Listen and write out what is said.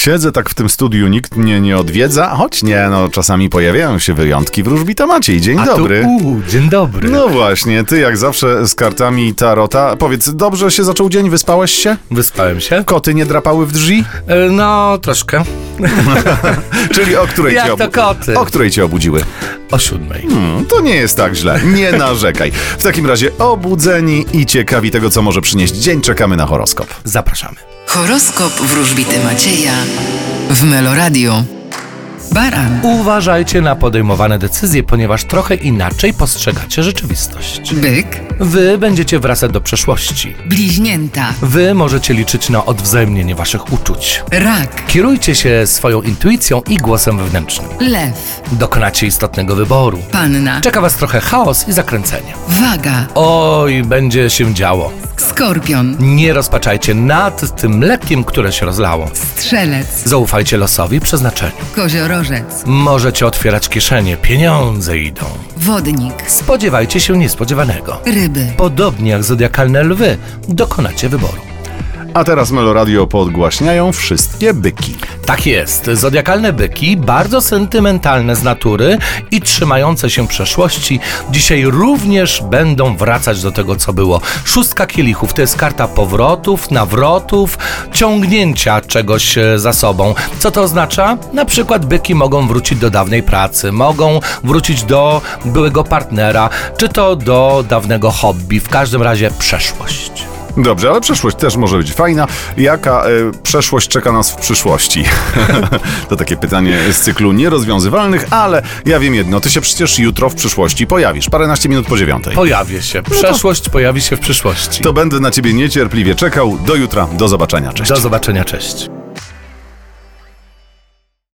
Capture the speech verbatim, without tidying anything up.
Siedzę tak w tym studiu, nikt mnie nie odwiedza, choć nie, no czasami pojawiają się wyjątki. Wróżbita Maciej, dzień A dobry. Tu, uu, dzień dobry. No właśnie, ty jak zawsze z kartami tarota. Powiedz, dobrze się zaczął dzień, wyspałeś się? Wyspałem się. Koty nie drapały w drzwi? E, No, troszkę. Czyli o której Jak cię to koty? O której cię obudziły? O siódmej. Hmm, to nie jest tak źle, nie narzekaj. W takim razie obudzeni i ciekawi tego, co może przynieść dzień, czekamy na horoskop. Zapraszamy. Horoskop wróżbity Macieja w Meloradio. Baran, Uważajcie na podejmowane decyzje, ponieważ trochę inaczej postrzegacie rzeczywistość. byk, Wy będziecie wracać do przeszłości. bliźnięta, Wy możecie liczyć na odwzajemnienie waszych uczuć. rak, Kierujcie się swoją intuicją i głosem wewnętrznym. lew, Dokonacie istotnego wyboru. panna, Czeka was trochę chaos i zakręcenie. waga, Oj, będzie się działo. skorpion, Nie rozpaczajcie nad tym mlekiem, które się rozlało. strzelec, Zaufajcie losowi i przeznaczeniu. koziorożec, Możecie otwierać kieszenie, pieniądze idą. wodnik, Spodziewajcie się niespodziewanego. ryby. Podobnie jak zodiakalne lwy, dokonacie wyboru. A teraz Meloradio podgłaśniają wszystkie byki. Tak jest, zodiakalne byki, bardzo sentymentalne z natury i trzymające się przeszłości, dzisiaj również będą wracać do tego, co było. Szóstka kielichów to jest karta powrotów, nawrotów, ciągnięcia czegoś za sobą. Co to oznacza? Na przykład byki mogą wrócić do dawnej pracy, mogą wrócić do byłego partnera, czy to do dawnego hobby, w każdym razie przeszłość. Dobrze, ale przeszłość też może być fajna. Jaka y, przeszłość czeka nas w przyszłości? To takie pytanie z cyklu nierozwiązywalnych, ale ja wiem jedno, ty się przecież jutro w przyszłości pojawisz, paręnaście minut po dziewiątej. Pojawi się, przeszłość pojawi się w przyszłości. To będę na ciebie niecierpliwie czekał. Do jutra, do zobaczenia, cześć. Do zobaczenia, cześć.